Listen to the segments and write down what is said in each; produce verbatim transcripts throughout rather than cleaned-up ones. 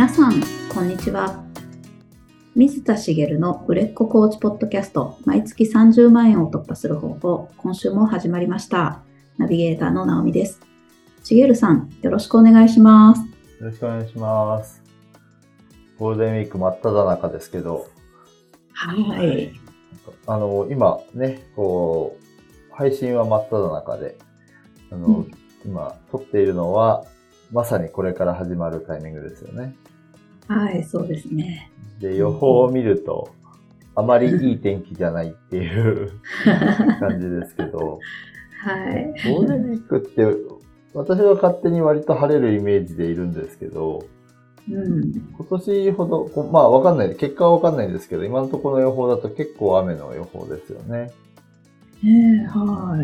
皆さんこんにちは。水田茂の売れっ子コーチポッドキャスト、毎月さんじゅうまんえんを突破する方法、今週も始まりました。ナビゲーターの直美です。茂さん、よろしくお願いします。 よろしくお願いします。ゴールデンウィーク真っ只中ですけど、 はい。 あの今ね、こう配信は真っ只中で、あの、うん、今撮っているのはまさにこれから始まるタイミングですよね。 はい、そうですね。 で、予報を見ると、うん、あまりいい天気じゃないっていう感じですけど、 はい。 ゴールデンウィークって私は勝手に割と晴れるイメージでいるんですけど、うん、今年ほど、まあわかんない、結果はわかんないんですけど、今のところの予報だと結構雨の予報ですよね。 えー、はい。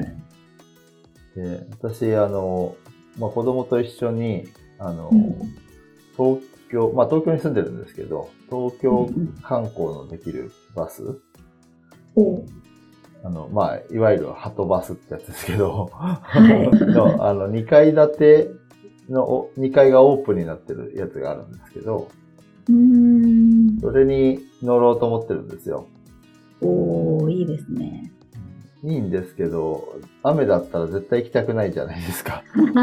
で、私、あの、まあ子供と一緒に、あの、うん、東京、まあ東京に住んでるんですけど、東京観光のできるバス、 うんうん、 あの、まあ、いわゆるハトバスってやつですけど、はい、の、あの、にかい建ての、にかいがオープンになってるやつがあるんですけど、 うーん、 それに乗ろうと思ってるんですよ。 おー、いいですね。 いいんですけど、雨だったら絶対行きたくないじゃないですか。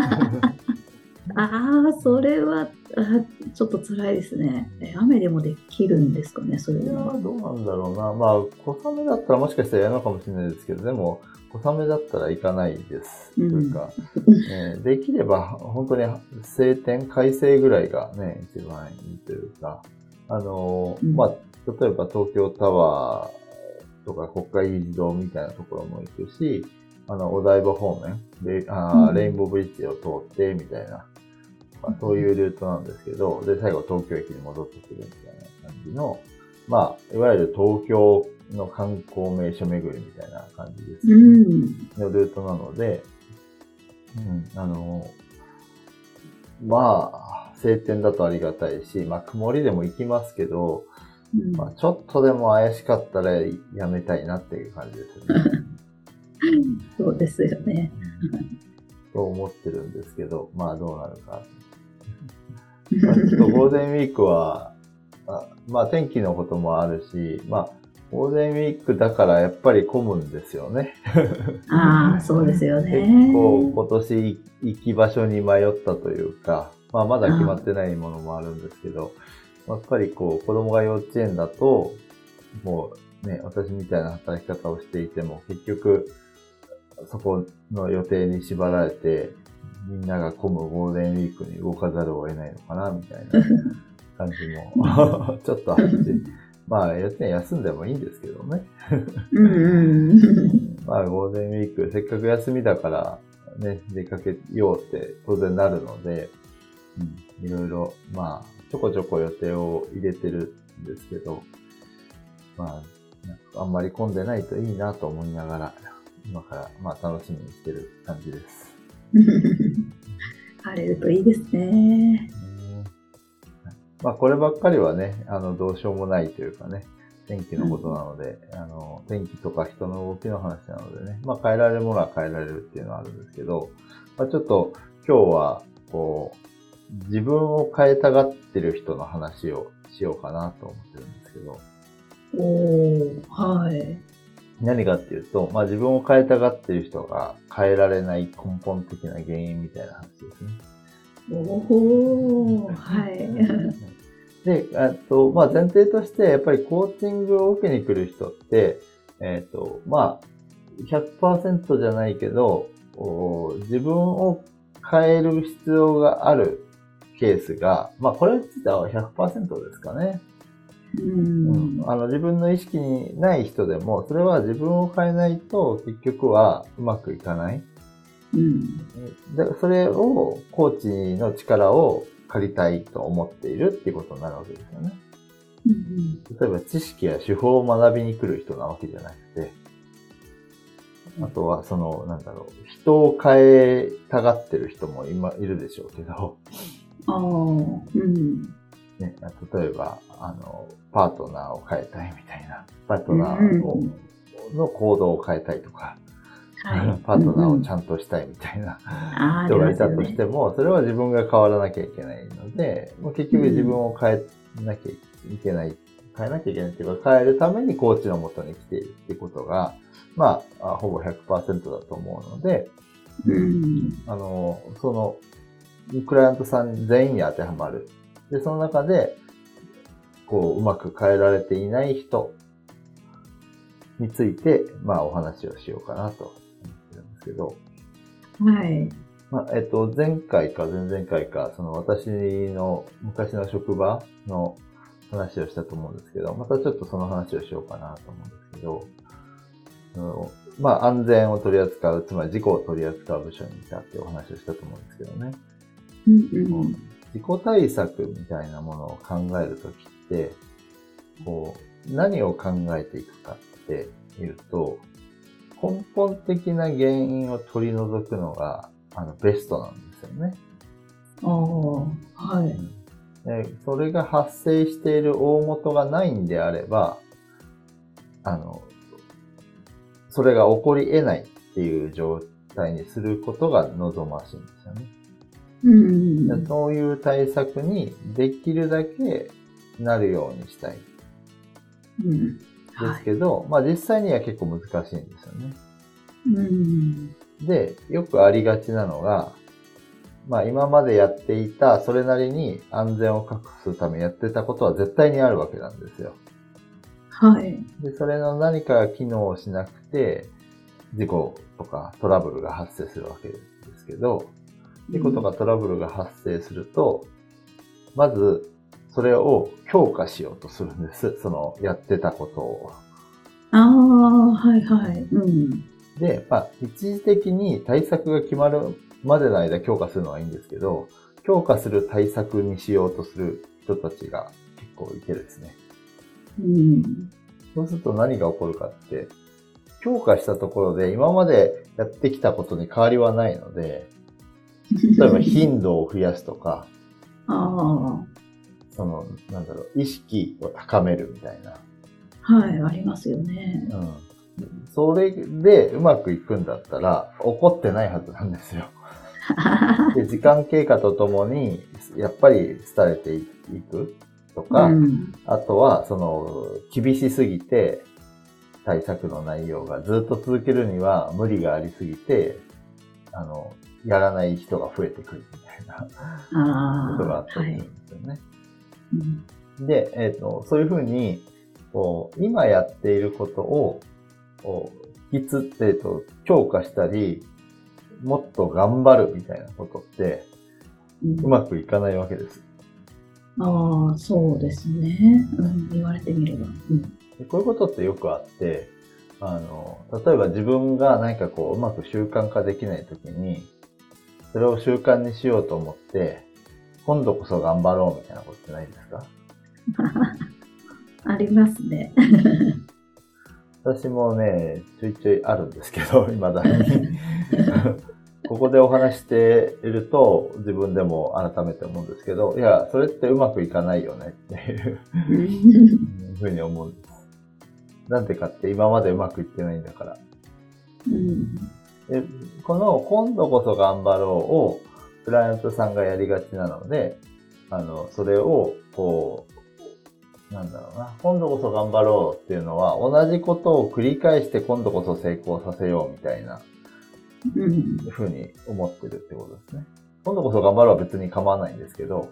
ああ、それはちょっと辛いですね。雨でもできるんですかね、それは。 いやー、どうなんだろうな。まあ、小雨だったらもしかしたらやるのかもしれないですけど、でも、小雨だったら行かないです。うん、というか、ね、できれば、本当に晴天、快晴ぐらいがね、一番いいというか、あの、うん、まあ、例えば東京タワーとか国会議事堂みたいなところも行くし、あの、お台場方面で、あ、うん、レインボーブリッジを通って、みたいな、まあ、そういうルートなんですけど、で、最後東京駅に戻ってくるみたいな感じの、まあ、いわゆる東京の観光名所巡りみたいな感じですね。うん、のルートなので、うん、あの、まあ、晴天だとありがたいし、まあ、曇りでも行きますけど、うん、まあ、ちょっとでも怪しかったらやめたいなっていう感じですよね。 そうですよね。 と思ってるんですけど、まあ、どうなるか。まあ、ちょっとゴールデンウィークは、あまあ天気のこともあるし、まあゴールデンウィークだからやっぱり混むんですよね。 ああ、そうですよね。 結構今年行き場所に迷ったというか、まあまだ決まってないものもあるんですけど、やっぱりこう子供が幼稚園だと、もうね、私みたいな働き方をしていても結局そこの予定に縛られて、みんなが混むゴールデンウィークに動かざるを得ないのかな、みたいな感じもちょっとあって、まあ、幼稚園休んでもいいんですけどね。うんうん、まあ、ゴールデンウィーク、せっかく休みだからね、出かけようって当然なるので、うん、いろいろ、まあ、ちょこちょこ予定を入れてるんですけど、まあ、あんまり混んでないといいなと思いながら、今からまあ楽しみにしてる感じです。 晴れるといいですね。 まあこればっかりはね、あのどうしようもないというかね、天気のことなので、うん、あの天気とか人の動きの話なのでね、まあ変えられるものは変えられるっていうのはあるんですけど、まあちょっと今日はこう自分を変えたがってる人の話をしようかなと思ってるんですけど。 おー、はい。 何かっていうと、まあ自分を変えたがっている人が変えられない根本的な原因みたいな話ですね。 おー、はい。 で、えっと、まあ前提として、やっぱりコーチングを受けに来る人って、えっと、まあ、ひゃくパーセント じゃないけど、自分を変える必要があるケースが、まあこれ自体は ひゃくパーセント ですかね。うんうん、あの自分の意識にない人でも、それは自分を変えないと結局はうまくいかない。うん、でそれをコーチの力を借りたいと思っているっていうことになるわけですよね。うんうん、例えば知識や手法を学びに来る人なわけじゃなくて、あとはその、なんだろう、人を変えたがってる人も今いるでしょうけど、あうんね、例えば、あの、パートナーを変えたいみたいな、パートナーを、うん、の行動を変えたいとか、 はい、 パートナーをちゃんとしたいみたいな、 うんうん、 人がいたとしても、ね、それは自分が変わらなきゃいけないので、もう結局自分を変えなきゃいけない、変えなきゃいけないっていうか、変えるためにコーチのもとに来ているっていうことが、まあ、ほぼ ひゃくパーセント だと思うので、 うん、 あの、その、クライアントさん全員に当てはまる。で、その中で、こう、うまく変えられていない人について、まあ、お話をしようかなと思ってるんですけど。 はい。 まあ、えっと、前回か前々回か、その私の昔の職場の話をしたと思うんですけど、またちょっとその話をしようかなと思うんですけど、あのまあ、安全を取り扱う、つまり事故を取り扱う部署にいたっていうお話をしたと思うんですけどね。 うんうん、 事故対策みたいなものを考えるときって、こう、何を考えていくかっていうと、根本的な原因を取り除くのが、あの、ベストなんですよね。 ああ、はい、 で。それが発生している大元がないんであれば、あの、それが起こり得ないっていう状態にすることが望ましいんですよね。 うんうん、 そういう対策にできるだけなるようにしたい。 うん、 ですけど、はい、まあ実際には結構難しいんですよね。 うん、 で、よくありがちなのが、まあ今までやっていた、それなりに安全を確保するためにやってたことは絶対にあるわけなんですよ。 はい。 で、それの何かが機能しなくて、事故とかトラブルが発生するわけですけど、事故とかトラブルが発生すると、まず、それを強化しようとするんです。その、やってたことを。 ああ、はいはい。うん、 で、まあ、一時的に対策が決まるまでの間強化するのはいいんですけど、強化する対策にしようとする人たちが結構いてですね。 うん、 そうすると何が起こるかって、強化したところで今までやってきたことに変わりはないので、例えば頻度を増やすとか、 あその、なんだろう、意識を高めるみたいな。 はい、ありますよね。 うん。それでうまくいくんだったら、起こってないはずなんですよ。で、時間経過とともに、やっぱり廃れていくとか、うん、あとは、その、厳しすぎて、対策の内容がずっと続けるには無理がありすぎて、あの、やらない人が増えてくるみたいなことがあったりするんですよね。はいうん、で、えっと、そういうふうに、こう、今やっていることを、こう、引きつって、えっと、強化したり、もっと頑張るみたいなことって、うまくいかないわけです。 うん、ああ、そうですね。うん、言われてみれば、うんで。こういうことってよくあって、あの、例えば自分が何かこう、うまく習慣化できないときに、それを習慣にしようと思って、今度こそ頑張ろうみたいなことってないですか？ ありますね。 私もね、ちょいちょいあるんですけど、未だに。ここでお話していると、自分でも改めて思うんですけど、いや、それってうまくいかないよねっていうふうに思うんです。なんでかって今までうまくいってないんだから。 うんでこの今度こそ頑張ろうをクライアントさんがやりがちなので、あの、それをこう、なんだろうな、今度こそ頑張ろうっていうのは同じことを繰り返して今度こそ成功させようみたいな、うん、ふうに思ってるってことですね。今度こそ頑張ろうは別に構わないんですけど、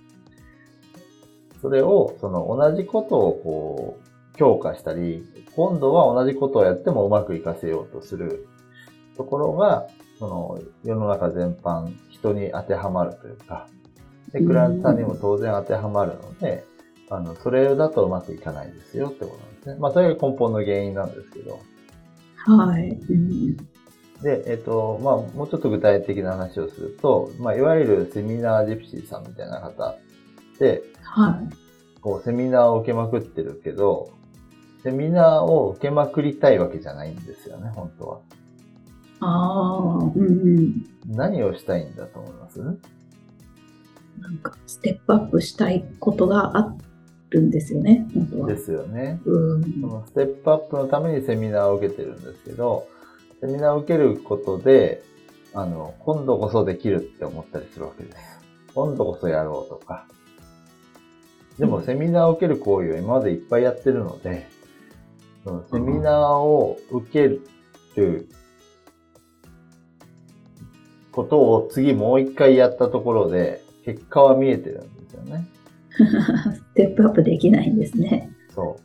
それを、その同じことをこう、強化したり、今度は同じことをやってもうまくいかせようとするところが、その世の中全般人に当てはまるというか、で、クライアントさんにも当然当てはまるので、あの、それだとうまくいかないですよってことなんですね。まあ、それが根本の原因なんですけど。 はい。うん、 で、えっと、まあ、もうちょっと具体的な話をすると、まあ、いわゆるセミナージプシーさんみたいな方で、 はい。 こう、セミナーを受けまくってるけど、セミナーを受けまくりたいわけじゃないんですよね、本当は。 ああ、うんうん。 何をしたいんだと思います？ なんか、ステップアップしたいことがあるんですよね、本当は。 ですよね。 うん、 そのステップアップのためにセミナーを受けてるんですけど、 セミナーを受けることで、あの、今度こそできるって思ったりするわけです。今度こそやろうとか。でもセミナーを受ける行為は今までいっぱいやってるので、そのセミナーを受けることを次もう一回やったところで、結果は見えてるんですよね。 ステップアップできないんですね。 そう。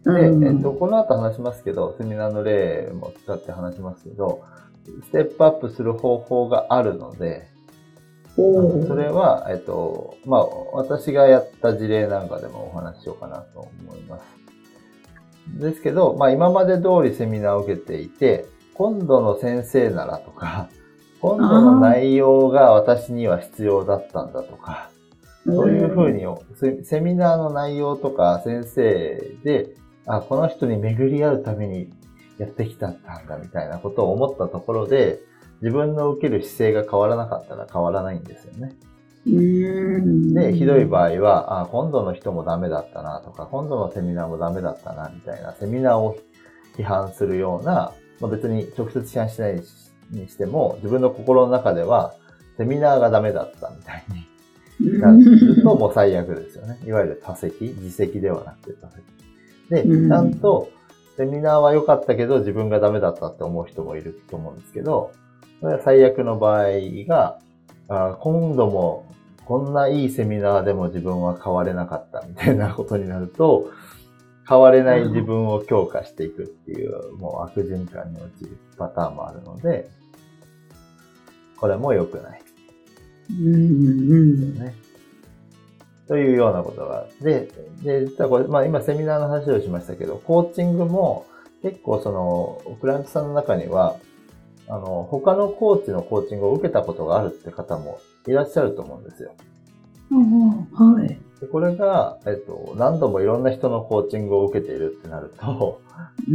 で、 うん、 えっと、この後話しますけど、セミナーの例も使って話しますけど、ステップアップする方法があるので、 おそれは、えっと、まあ、私がやった事例なんかでもお話ししようかなと思います。ですけど、まあ、今まで通りセミナーを受けていて、今度の先生ならとか、今度の内容が私には必要だったんだとか、そういうふうに、セミナーの内容とか先生で、あ、この人に巡り合うためにやってきたんだみたいなことを思ったところで、自分の受ける姿勢が変わらなかったら変わらないんですよね。 うーんで、ひどい場合は、あ、今度の人もダメだったなとか、今度のセミナーもダメだったなみたいな、セミナーを批判するような、まあ、別に直接批判しないにしても、自分の心の中では、セミナーがダメだったみたいになるともう最悪ですよね。いわゆる他責、自責ではなくて他責。で、ちゃんと、セミナーは良かったけど自分がダメだったって思う人もいると思うんですけど、それは最悪の場合が、あ、今度もこんないいセミナーでも自分は変われなかったみたいなことになると、変われない自分を強化していくっていう、もう悪循環に陥るパターンもあるので、これも良くない。 うんうんね。というようなことが。で、で、実はこれ、まあ今セミナーの話をしましたけど、コーチングも結構その、クライアントさんの中には、あの、他のコーチのコーチングを受けたことがあるって方もいらっしゃると思うんですよ。 はい。 でこれが、えっと、何度もいろんな人のコーチングを受けているってなると、 うん、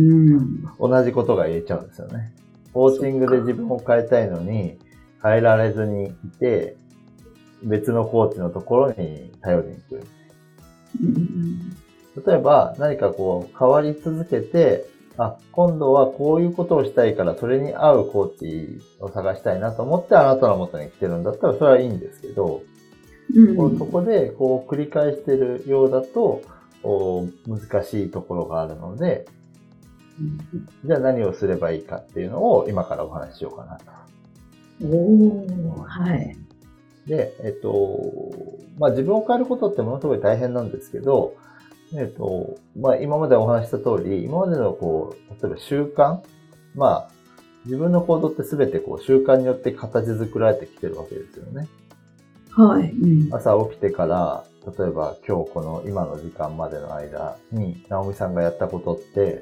同じことが言えちゃうんですよね。コーチングで自分を変えたいのに、変えられずにいて、別のコーチのところに頼りに行く。 うん、 例えば、何かこう、変わり続けて、あ、今度はこういうことをしたいから、それに合うコーチを探したいなと思ってあなたの元に来てるんだったら、それはいいんですけど、 うん、 こうそこでこう繰り返しているようだと、難しいところがあるので、 うん、 じゃあ何をすればいいかっていうのを今からお話ししようかなと。 おー、はい。 で、えっと、まあ自分を変えることってものすごい大変なんですけど、えっと、まあ今までお話しした通り、今までのこう、例えば習慣、まあ自分の行動ってすべてこう習慣によって形作られてきてるわけですよね。 はい。うん、 朝起きてから、例えば今日この今の時間までの間に、直美さんがやったことって、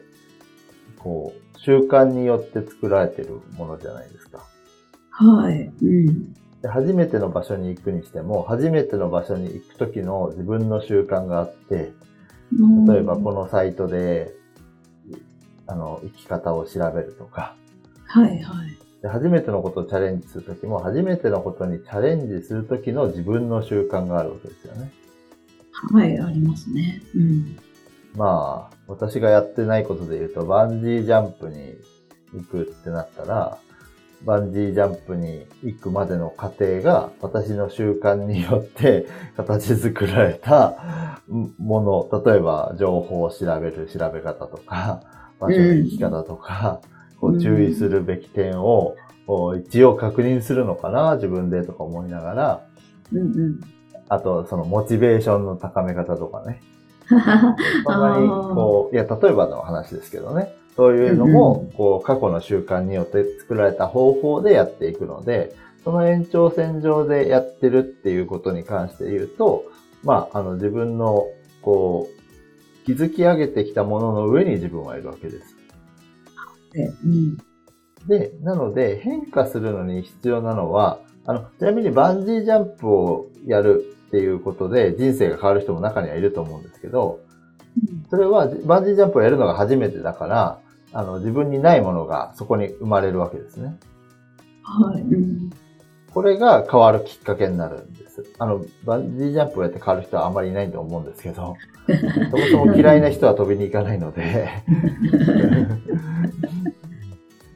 こう、習慣によって作られてるものじゃないですか。 はい。うん、 で初めての場所に行くにしても、初めての場所に行くときの自分の習慣があって、例えばこのサイトで、あの、生き方を調べるとか、 はいはい。 で初めてのことをチャレンジするときも、初めてのことにチャレンジするときの自分の習慣があるわけですよね。 はい、ありますね。うん、 まあ、私がやってないことで言うと、バンジージャンプに行くってなったら、バンジージャンプに行くまでの過程が私の習慣によって形作られたもの、例えば情報を調べる調べ方とか、場所の行き方とか、こう注意するべき点を一応確認するのかな、自分でとか思いながら、 うんうん、 あとそのモチベーションの高め方とかね。そんなにこう、いや、例えばの話ですけどね。そういうのも、こう、過去の習慣によって作られた方法でやっていくので、その延長線上でやってるっていうことに関して言うと、まあ、あの、自分の、こう、築き上げてきたものの上に自分はいるわけです。 うん、 で、なので、変化するのに必要なのは、あの、ちなみにバンジージャンプをやるっていうことで人生が変わる人も中にはいると思うんですけど、それはバンジージャンプをやるのが初めてだから、あの、自分にないものがそこに生まれるわけですね。 はい。うん、 これが変わるきっかけになるんです。あの、バンジージャンプをやって変わる人はあんまりいないと思うんですけど、そもそも嫌いな人は飛びに行かないので、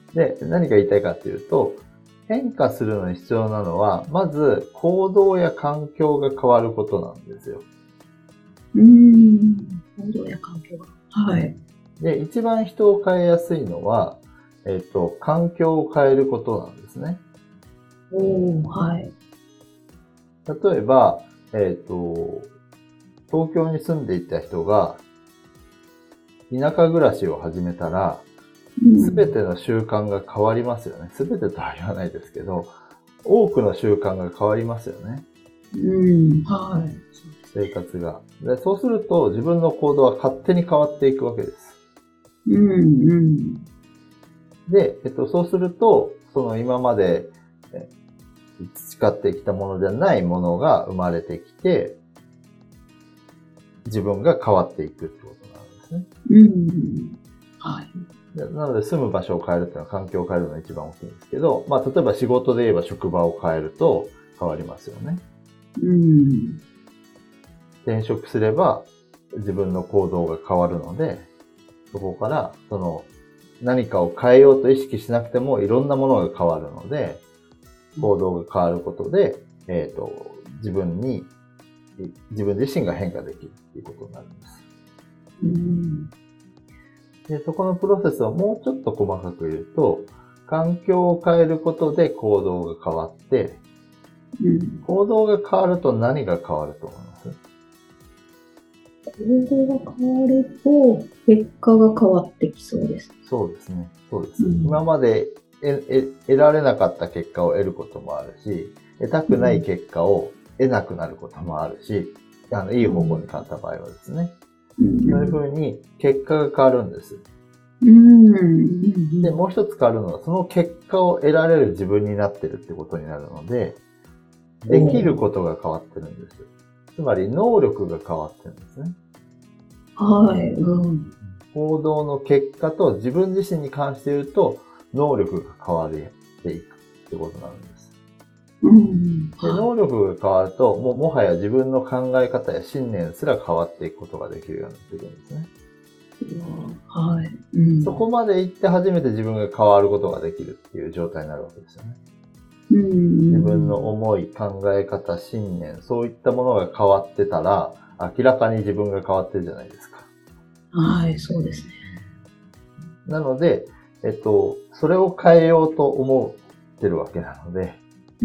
で、何が言いたいかっていうと、変化するのに必要なのは、まず行動や環境が変わることなんですよ。 うーん。行動や環境が。はい。 で、一番人を変えやすいのは、えっと、環境を変えることなんですね。 おー、はい。 例えば、えっと、東京に住んでいた人が、田舎暮らしを始めたら、すべての習慣が変わりますよね。すべてとは言わないですけど、多くの習慣が変わりますよね。 うん、はい。 生活が。で、そうすると自分の行動は勝手に変わっていくわけです。 うん、うん。 で、えっと、そうすると、その今まで培ってきたものじゃないものが生まれてきて、自分が変わっていくってことなんですね。 うん、はい。 なので、住む場所を変えるっていうのは環境を変えるのが一番大きいんですけど、まあ、例えば仕事で言えば職場を変えると変わりますよね。 うん。 転職すれば自分の行動が変わるので、そこから、その、何かを変えようと意識しなくてもいろんなものが変わるので、行動が変わることで、えっと、自分に、自分自身が変化できるっていうことになるんです。 うんで、そこのプロセスをもうちょっと細かく言うと、環境を変えることで行動が変わって、 うん、 行動が変わると何が変わると思います？ 行動が変わると、結果が変わってきそうです。 そうですね。そうです。 うん、 今まで得、得、得られなかった結果を得ることもあるし、得たくない結果を得なくなることもあるし、あの、いい方向に変わった場合はですね。 うん、 そういうふうに結果が変わるんです。 うん、 で、もう一つ変わるのは、その結果を得られる自分になってるってことになるので、できることが変わってるんです。つまり、能力が変わってるんですね。 はい、うん。 行動の結果と自分自身に関して言うと、能力が変わっていくってことになるんです。 うん、 で、能力が変わると、もうもはや自分の考え方や信念すら変わっていくことができるようになってくるんですね。 はい、うん。 そこまで行って初めて自分が変わることができるっていう状態になるわけですよね。 うん、 自分の思い、考え方、信念、そういったものが変わってたら、明らかに自分が変わってるじゃないですか。 はい、そうですね。 なので、えっと、それを変えようと思ってるわけなので、 うん、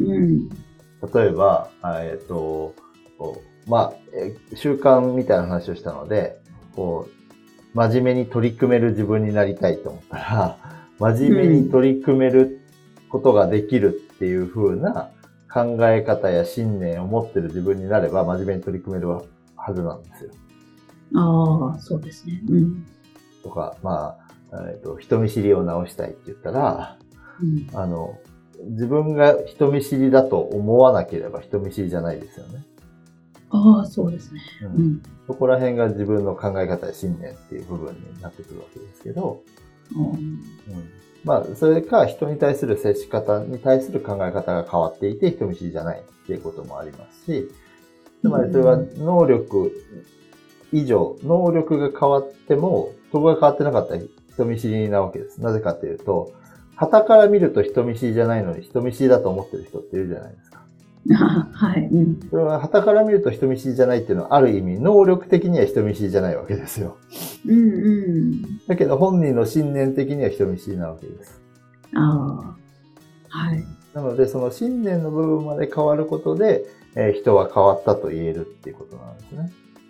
例えば、えっと、こうまあ、え習慣みたいな話をしたので、こう、真面目に取り組める自分になりたいと思ったら、真面目に取り組めることができるっていう風な考え方や信念を持ってる自分になれば、真面目に取り組めるはずなんですよ。 ああ、そうですね。うん。 とか、まあ、えっと、人見知りを直したいって言ったら、 うん、 あの、自分が人見知りだと思わなければ人見知りじゃないですよね。 ああ、そうですね。 うん。 うん。 そこら辺が自分の考え方や信念っていう部分になってくるわけですけど、 うんうんまあ、それか人に対する接し方に対する考え方が変わっていて人見知りじゃないっていうこともありますし、つまりそれは能力以上、能力が変わっても、そこが変わってなかったら人見知りなわけです。なぜかっていうと、傍から見ると人見知りじゃないのに人見知りだと思ってる人っているじゃないですか。 はい。うん、 それは傍から見ると人見知りじゃないっていうのはある意味能力的には人見知りじゃないわけですよ。 うんうん。 だけど本人の信念的には人見知りなわけです。 ああ。はい。 なのでその信念の部分まで変わることで、えー、人は変わったと言えるっていうことなんですね。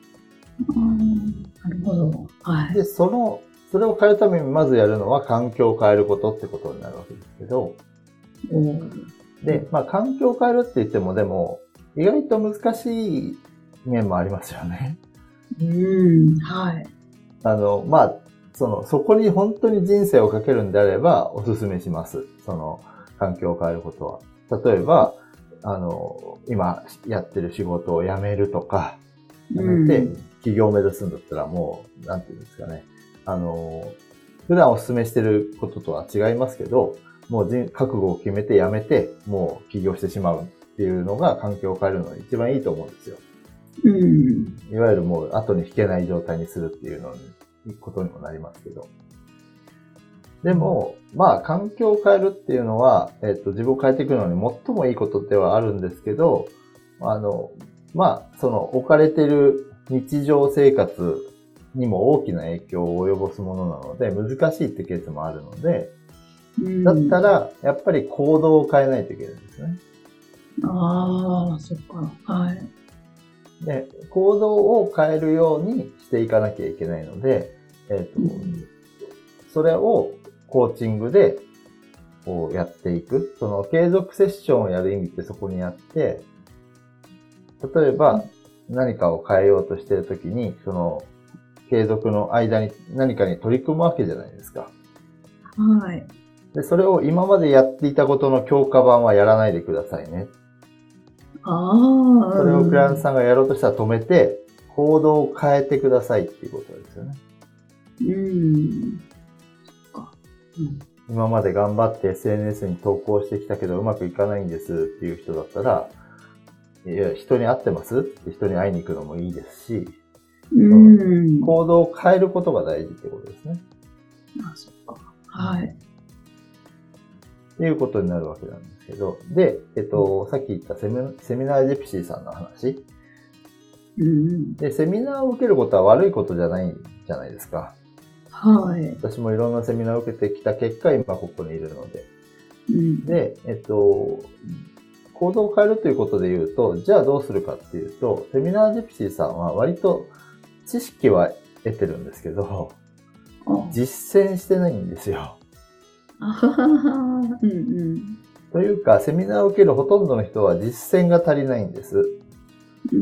あなるほど。はい。 で、その、それを変えるためにまずやるのは環境を変えることってことになるわけですけど、で、まあ環境を変えるって言ってもでも意外と難しい面もありますよね。 うん、はい。 あの、まあ、その、そこに本当に人生をかけるんであればお勧めします。その、環境を変えることは。例えば、あの、今やってる仕事を辞めるとか、辞めて起業を目指すんだったらもう、なんていうんですかね。あの、普段お勧めしてることとは違いますけど、もう覚悟を決めて辞めて、もう起業してしまうっていうのが環境を変えるのが一番いいと思うんですよ。 うん、 いわゆるもう後に引けない状態にするっていうのに、ことにもなりますけど。 でも、まあ、環境を変えるっていうのは、えっと、自分を変えていくのに最もいいことではあるんですけど、あの、まあ、その置かれている日常生活にも大きな影響を及ぼすものなので、難しいってケースもあるので、だったら、やっぱり行動を変えないといけないんですね。 ああ、そっか。はい。 で、行動を変えるようにしていかなきゃいけないので、えっと、うん、それをコーチングでこうやっていく。その継続セッションをやる意味ってそこにあって、例えば何かを変えようとしているときに、その継続の間に何かに取り組むわけじゃないですか。 はい。 で、それを今までやっていたことの強化版はやらないでくださいね。 ああ。 それをクライアントさんがやろうとしたら止めて、行動を変えてくださいっていうことですよね。 うん。そっか。うん、 今まで頑張って エスエヌエス に投稿してきたけどうまくいかないんですっていう人だったら、いや、人に会ってますって人に会いに行くのもいいですし、うん、行動を変えることが大事ってことですね。 あ、そっか。はい。 っていうことになるわけなんですけど、で、えっと、さっき言ったセミ、セミナージプシーさんの話。 うん、 で、セミナーを受けることは悪いことじゃないじゃないですか。 はい。 私もいろんなセミナーを受けてきた結果、今ここにいるので。 うん、 で、えっと、行動を変えるということで言うと、じゃあどうするかっていうと、セミナージプシーさんは割と知識は得てるんですけど、実践してないんですよ。 あははは、うんうん。 というか、セミナーを受けるほとんどの人は実践が足りないんです。 うん、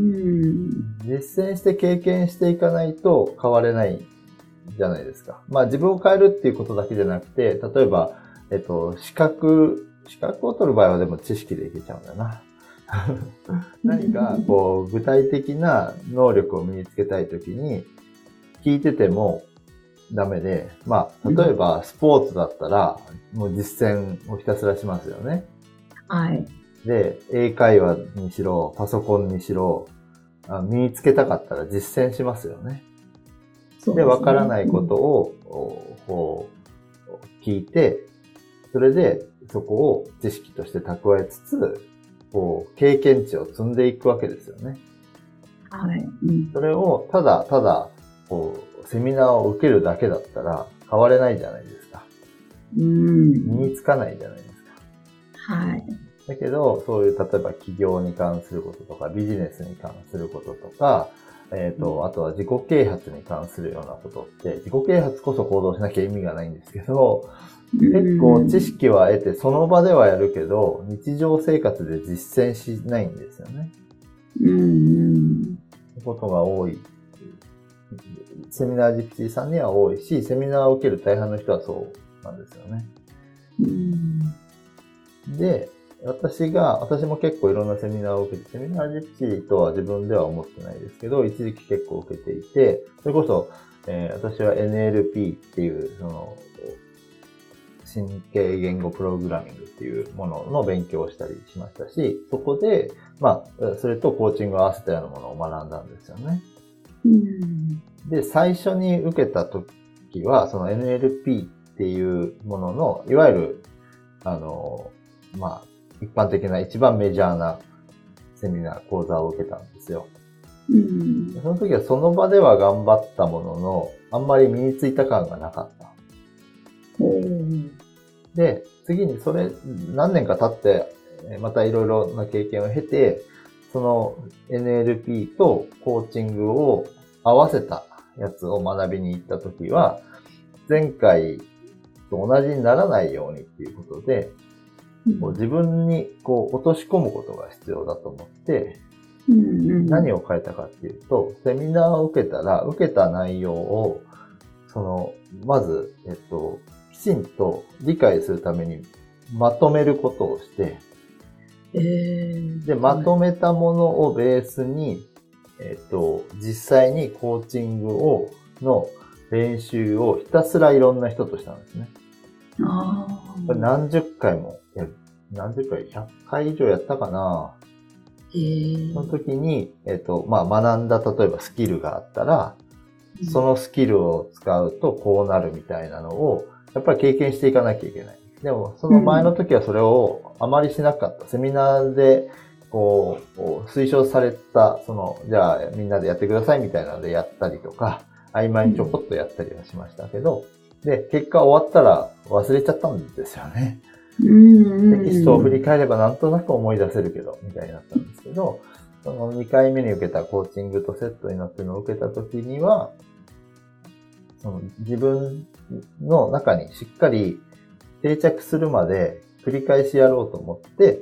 実践して経験していかないと変われないじゃないですか。まあ自分を変えるっていうことだけじゃなくて、例えば、えっと、資格、資格を取る場合はでも知識でいけちゃうんだな。何かこう具体的な能力を身につけたいときに聞いててもダメで、まあ例えばスポーツだったらもう実践をひたすらしますよね。 はい。 で、英会話にしろ、パソコンにしろ、身につけたかったら実践しますよね。で、ね、わからないことを、うん、こう聞いて、それでそこを知識として蓄えつつ、こう経験値を積んでいくわけですよね。 はい。うん、 それをただただこうセミナーを受けるだけだったら変われないじゃないですか。 うん、 身につかないじゃないですか。はい。 だけど、そういう、例えば企業に関することとか、ビジネスに関することとか、えっと、あとは自己啓発に関するようなことって、自己啓発こそ行動しなきゃ意味がないんですけど、結構知識は得て、その場ではやるけど、日常生活で実践しないんですよね。 うん。 ことが多い。セミナージプシーさんには多いし、セミナーを受ける大半の人はそうなんですよね。 うん、 で、私が、私も結構いろんなセミナーを受けて、セミナージプシーとは自分では思ってないですけど、一時期結構受けていて、それこそ、えー、私は エヌエルピー っていう、その、神経言語プログラミングっていうものの勉強をしたりしましたし、そこで、まあ、それとコーチングを合わせたようなものを学んだんですよね。 うん、 で、最初に受けた時は、その エヌエルピー っていうものの、いわゆる、あの、まあ、一般的な一番メジャーなセミナー、講座を受けたんですよ。 うん、 その時はその場では頑張ったものの、あんまり身についた感がなかった。で、次にそれ何年か経って、またいろいろな経験を経て、その エヌエルピー とコーチングを合わせたやつを学びに行った時は、前回と同じにならないようにっていうことで、こう自分にこう落とし込むことが必要だと思って、うんうん、何を変えたかっていうと、セミナーを受けたら、受けた内容を、その、まず、えっと、きちんと理解するためにまとめることをして、 えー、 で、まとめたものをベースに、えっと、実際にコーチングを、の練習をひたすらいろんな人としたんですね。 あこれ何十回もやる。何十回 ?ひゃっ 回以上やったかな。 えー、 その時に、えっと、まあ、学んだ、例えばスキルがあったら、そのスキルを使うとこうなるみたいなのを、 やっぱり経験していかなきゃいけない。でも、その前の時はそれをあまりしなかった。うん、セミナーで、こう、推奨された、その、じゃあみんなでやってくださいみたいなのでやったりとか、合間にちょこっとやったりはしましたけど、うん、で、結果終わったら忘れちゃったんですよね。 うん、 テキストを振り返ればなんとなく思い出せるけど、みたいになったんですけど、そのにかいめに受けたコーチングとセットになってるのを受けた時には、その自分の中にしっかり定着するまで繰り返しやろうと思って、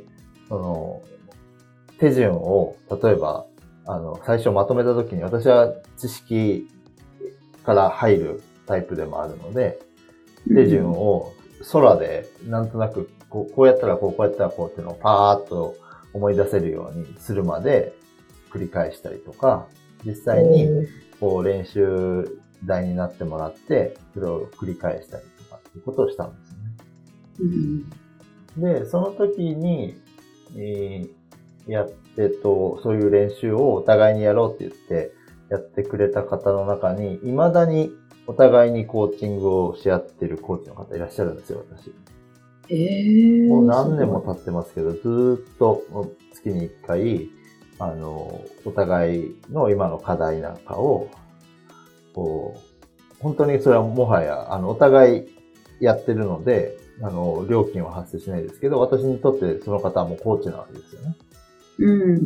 その手順を、例えば、あの、最初まとめた時に私は知識から入るタイプでもあるので、手順を空でなんとなくこう、こうやったらこう、こうやったらこうっていうのをパーッと思い出せるようにするまで繰り返したりとか、実際にこう練習台になってもらって、それを繰り返したりとかっていうことをしたんですよね。うん、で、その時に、えー、やってと、そういう練習をお互いにやろうって言ってやってくれた方の中に、未だにお互いにコーチングをし合ってるコーチの方いらっしゃるんですよ、私。 えー、 もう何年も経ってますけど、ずーっと月にいっかい、あの、お互いの今の課題なんかを、こう、本当にそれはもはや、あの、お互いやってるので、あの、料金は発生しないですけど、私にとってその方はもうコーチなわけですよね。 うんうん。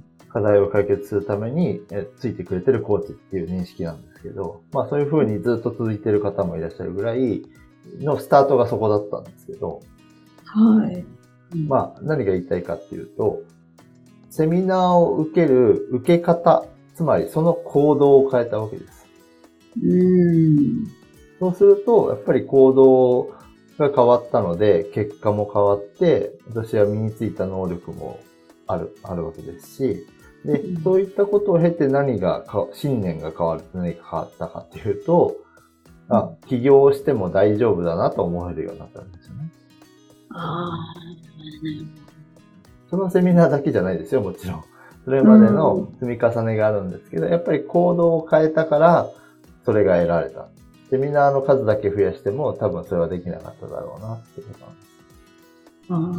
課題を解決するためにえついてくれてるコーチっていう認識なんですけど、まあそういう風にずっと続いてる方もいらっしゃるぐらいのスタートがそこだったんですけど、 はい。 うん、まあ何が言いたいかっていうと、セミナーを受ける受け方、つまりその行動を変えたわけです。 うーん。 そうすると、やっぱり行動が変わったので、結果も変わって、私は身についた能力もある、あるわけですし、で、うん、そういったことを経て何がか、信念が変わる、何が変わったかっていうと、うん、あ、起業しても大丈夫だなと思えるようになったんですよね。 ああ、 そのセミナーだけじゃないですよ、もちろん。それまでの積み重ねがあるんですけど、やっぱり行動を変えたから、それが得られた。セミナーの数だけ増やしても、多分それはできなかっただろうな、ってことなんです。 ああ。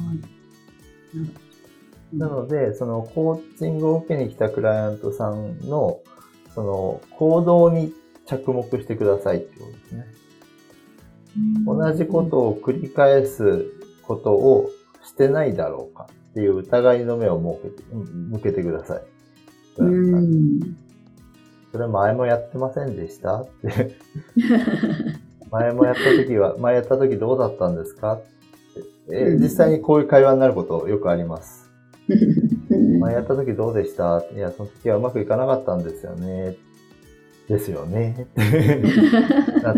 なので、そのコーチングを受けに来たクライアントさんの、その行動に着目してくださいってことですね。同じことを繰り返すことをしてないだろうかっていう疑いの目を設けて、向けてください。うんそれ前もやってませんでしたって前もやった時は、前やった時どうだったんですかって、えー、実際にこういう会話になることよくあります。前やった時どうでした？いや、その時はうまくいかなかったんですよね。ですよね。ってなって、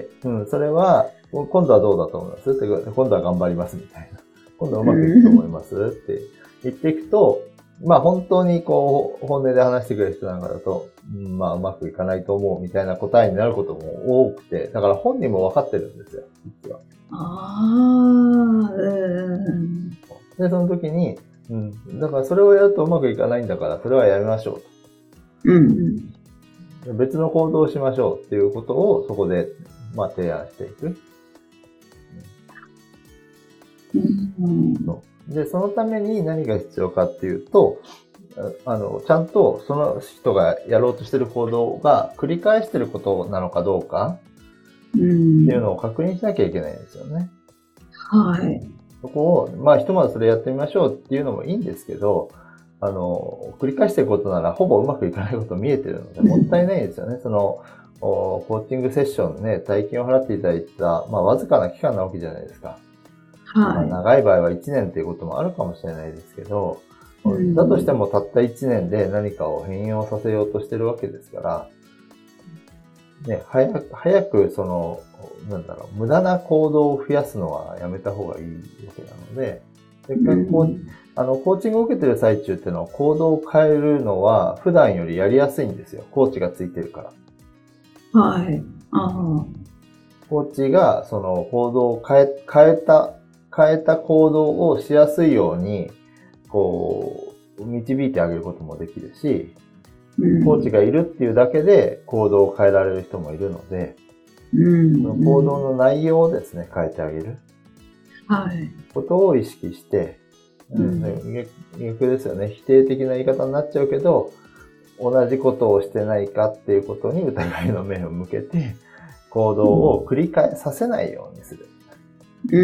うん、それは、今度はどうだと思いますって、今度は頑張りますみたいな。今度はうまくいくと思いますって言っていくと、まあ本当にこう、本音で話してくれる人なんかだと、うん、まあうまくいかないと思うみたいな答えになることも多くて、だから本人も分かってるんですよ、実は。 ああ、うん。 で、その時に、うん、だからそれをやるとうまくいかないんだから、それはやめましょうと。 うん、 うん。別の行動をしましょうっていうことをそこで、まあ提案していく。 うん、 そうで、そのために何が必要かっていうと、あの、ちゃんとその人がやろうとしている行動が繰り返していることなのかどうかっていうのを確認しなきゃいけないんですよね。 はい。 そこを、まあひとまずそれやってみましょうっていうのもいいんですけど、あの、繰り返していることならほぼうまくいかないこと見えてるのでもったいないですよね。その、コーチングセッションね、大金を払っていただいた、まあわずかな期間なわけじゃないですか。はい。まあ、長い場合はいちねんということもあるかもしれないですけど、うん、だとしてもたったいちねんで何かを変容させようとしてるわけですから、ね、早く、早くその、なんだろう、無駄な行動を増やすのはやめた方がいいわけなので、せっかくこう、あの、コーチングを受けてる最中っていうのは行動を変えるのは普段よりやりやすいんですよ。コーチがついてるから。 はい。ああ。 コーチがその行動を変え、変えた、変えた行動をしやすいように、こう、導いてあげることもできるし、コーチがいるっていうだけで行動を変えられる人もいるので、 うんその行動の内容をですね、変えてあげるはい。 ことを意識して、 うん、 逆逆ですよね。否定的な言い方になっちゃうけど、同じことをしてないかっていうことに疑いの目を向けて、行動を繰り返させないようにする。 うん、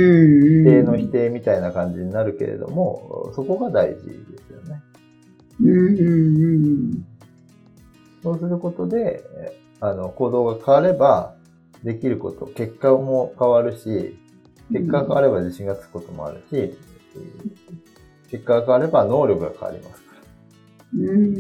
否定の否定みたいな感じになるけれども、そこが大事ですよね。 うんうんうん、 そうすることで、あの、行動が変われば、できること、結果も変わるし、結果が変われば自信がつくこともあるし、結果が変われば能力が変わりますから。 うん、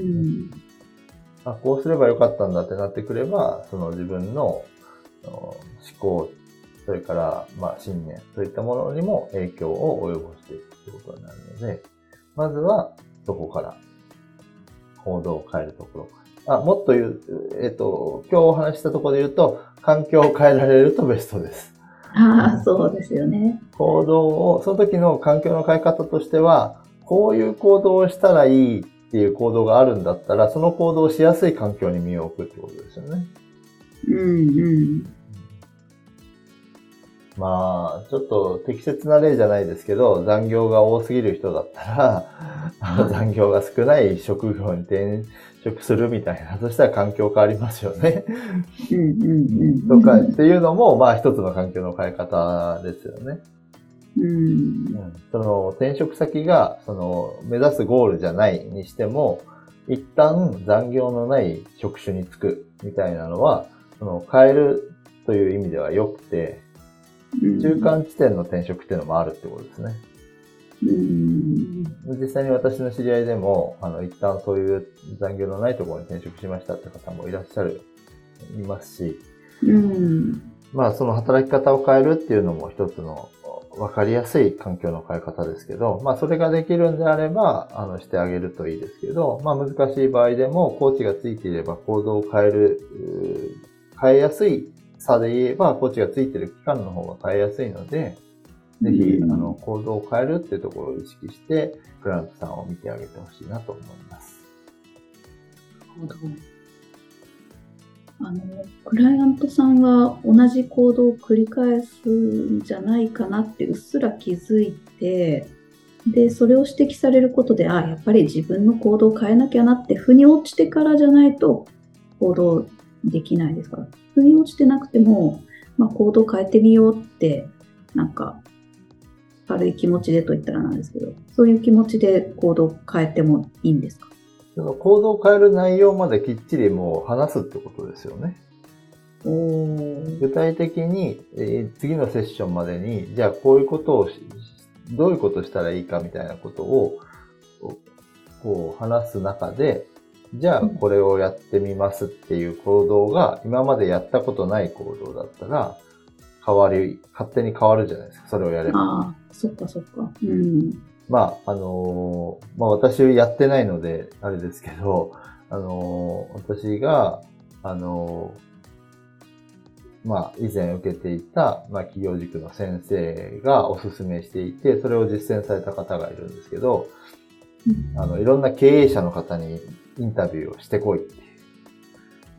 あ、こうすればよかったんだってなってくれば、その自分の思考、それから、まあ、信念、そういったものにも影響を及ぼしていくということになるので、まずはそこから行動を変えるところから。あ、もっと言う、えっと、今日お話したところで言うと、環境を変えられるとベストです。 ああ、そうですよね。 行動を、その時の環境の変え方としては、こういう行動をしたらいいっていう行動があるんだったら、その行動をしやすい環境に身を置くってことですよね。 うんうん。 まあ、ちょっと適切な例じゃないですけど、残業が多すぎる人だったら、あの残業が少ない職業に転職するみたいな、そしたら環境変わりますよね。 うんうんうん。 とかっていうのも、まあ一つの環境の変え方ですよね。 うん。 うん、その転職先がその目指すゴールじゃないにしても、一旦残業のない職種に就くみたいなのは、その変えるという意味では良くて、中間地点の転職っていうのもあるってことですね。 うん、 実際に私の知り合いでも、あの、一旦そういう残業のないところに転職しましたって方もいらっしゃる、いますし、 うん、 まあその働き方を変えるっていうのも一つの分かりやすい環境の変え方ですけど、まあそれができるんであれば、あの、してあげるといいですけど、まあ難しい場合でも、コーチがついていれば行動を変える、変えやすい差で言えば、コーチがついている期間の方が変えやすいので、ぜひ、あの、行動を変えるっていうところを意識して、クライアントさんを見てあげてほしいなと思います。 なるほど。あの、クライアントさんが同じ行動を繰り返すんじゃないかなってうっすら気づいて、で、それを指摘されることで、あ、やっぱり自分の行動を変えなきゃなって腑に落ちてからじゃないと行動できないですか？腑に落ちてなくても、まあ、行動変えてみようって、なんか、軽い気持ちでと言ったらなんですけど、そういう気持ちで行動変えてもいいんですか？ その行動を変える内容まできっちりもう話すってことですよね。 おー。 具体的に、えー、次のセッションまでに、じゃあこういうことをし、どういうことしたらいいかみたいなことを、こう話す中で、じゃあこれをやってみますっていう行動が今までやったことない行動だったら、変わり、勝手に変わるじゃないですか、それをやれば。 ああ、そっかそっか。うん。 まあ、あのー、まあ私やってないので、あれですけど、あのー、私が、あのー、まあ、以前受けていた、まあ、企業塾の先生がお勧めしていて、それを実践された方がいるんですけど、あの、いろんな経営者の方にインタビューをしてこいっていう。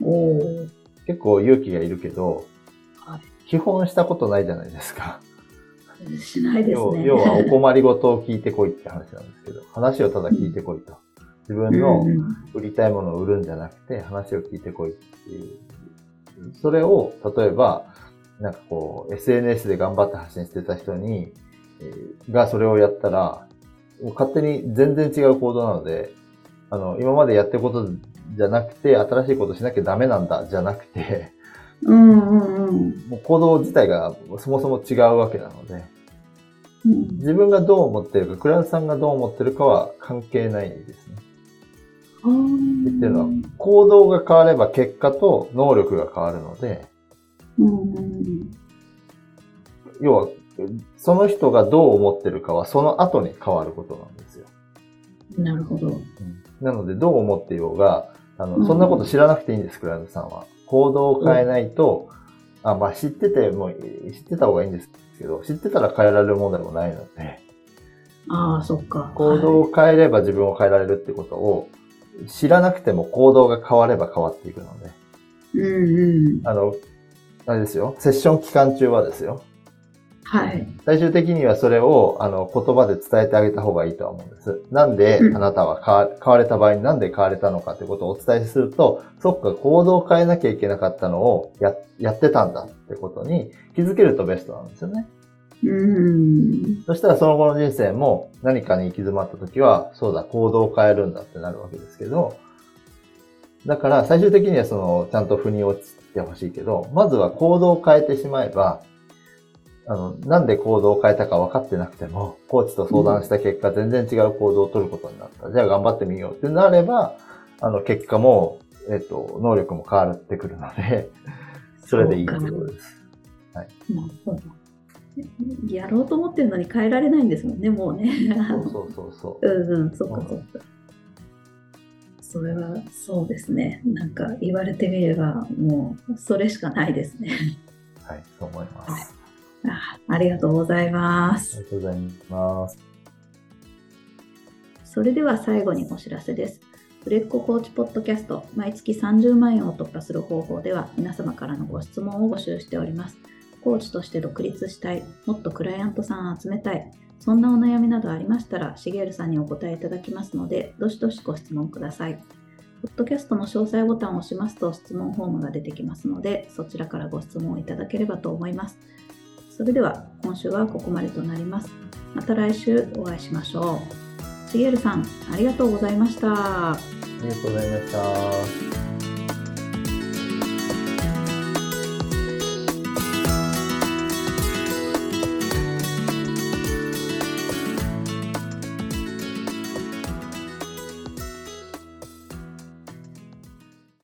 おー。 結構勇気がいるけど、 はい、 基本したことないじゃないですか。 しないですね。 要はお困りごとを聞いてこいって話なんですけど、話をただ聞いてこいと。自分の売りたいものを売るんじゃなくて、話を聞いてこいっていう。それを、例えば、なんかこう、エスエヌエス で頑張って発信してた人に、えー、がそれをやったら、勝手に全然違う行動なので、あの、今までやってることじゃなくて、新しいことしなきゃダメなんだ、じゃなくて、 うんうんうん、 もう行動自体がそもそも違うわけなので、 うん、 自分がどう思ってるか、クライアントさんがどう思ってるかは関係ないですね。 あーっていうのは、行動が変われば結果と能力が変わるので、 うんうん、 要は、その人がどう思ってるかはその後に変わることなんですよ。 なるほど。うん、 なので、どう思っていようが、あの、そんなこと知らなくていいんです、クライアントさんは。行動を変えないと、うん、あ、まあ知ってても、知ってた方がいいんですけど、知ってたら変えられるものでもないので。 ああ、そっか。 行動を変えれば自分を変えられるってことを、知らなくても行動が変われば変わっていくので。 うんうん。 あの、 あれですよ、セッション期間中はですよ。 はい。 最終的にはそれをあの言葉で伝えてあげた方がいいとは思うんです。なんであなたは変わ、変われた場合になんで変われたのかということをお伝えすると、そっか、行動を変えなきゃいけなかったのをや、やってたんだってことに気づけるとベストなんですよね。 うーん。 そしたらその後の人生も何かに行き詰まった時は、そうだ、行動を変えるんだってなるわけですけど、だから最終的にはその、ちゃんと腑に落ちてほしいけど、まずは行動を変えてしまえば、あの、なんで行動を変えたか分かってなくても、コーチと相談した結果、全然違う行動を取ることになった。じゃあ頑張ってみようってなれば、あの、結果も、えっと、能力も変わってくるので、それでいいということです。はい。 なるほど。やろうと思ってるのに変えられないんですもんね、もうね。 そうそうそうそう。 うんうん、そっかそっか。それはそうですね。なんか言われてみれば、もうそれしかないですね。 はい、そう思います。はい、 あ, ありがとうございます。 ありがとうございます。 それでは最後にお知らせです。売れっ子コーチポッドキャスト、毎月さんじゅうまんえんを突破する方法では、皆様からのご質問を募集しております。コーチとして独立したい、もっとクライアントさんを集めたい、そんなお悩みなどありましたら、しげるさんにお答えいただきますので、どしどしご質問ください。ポッドキャストの詳細ボタンを押しますと質問フォームが出てきますので、そちらからご質問をいただければと思います。それでは今週はここまでとなります。また来週お会いしましょう。しげるさん、ありがとうございました。 ありがとうございました。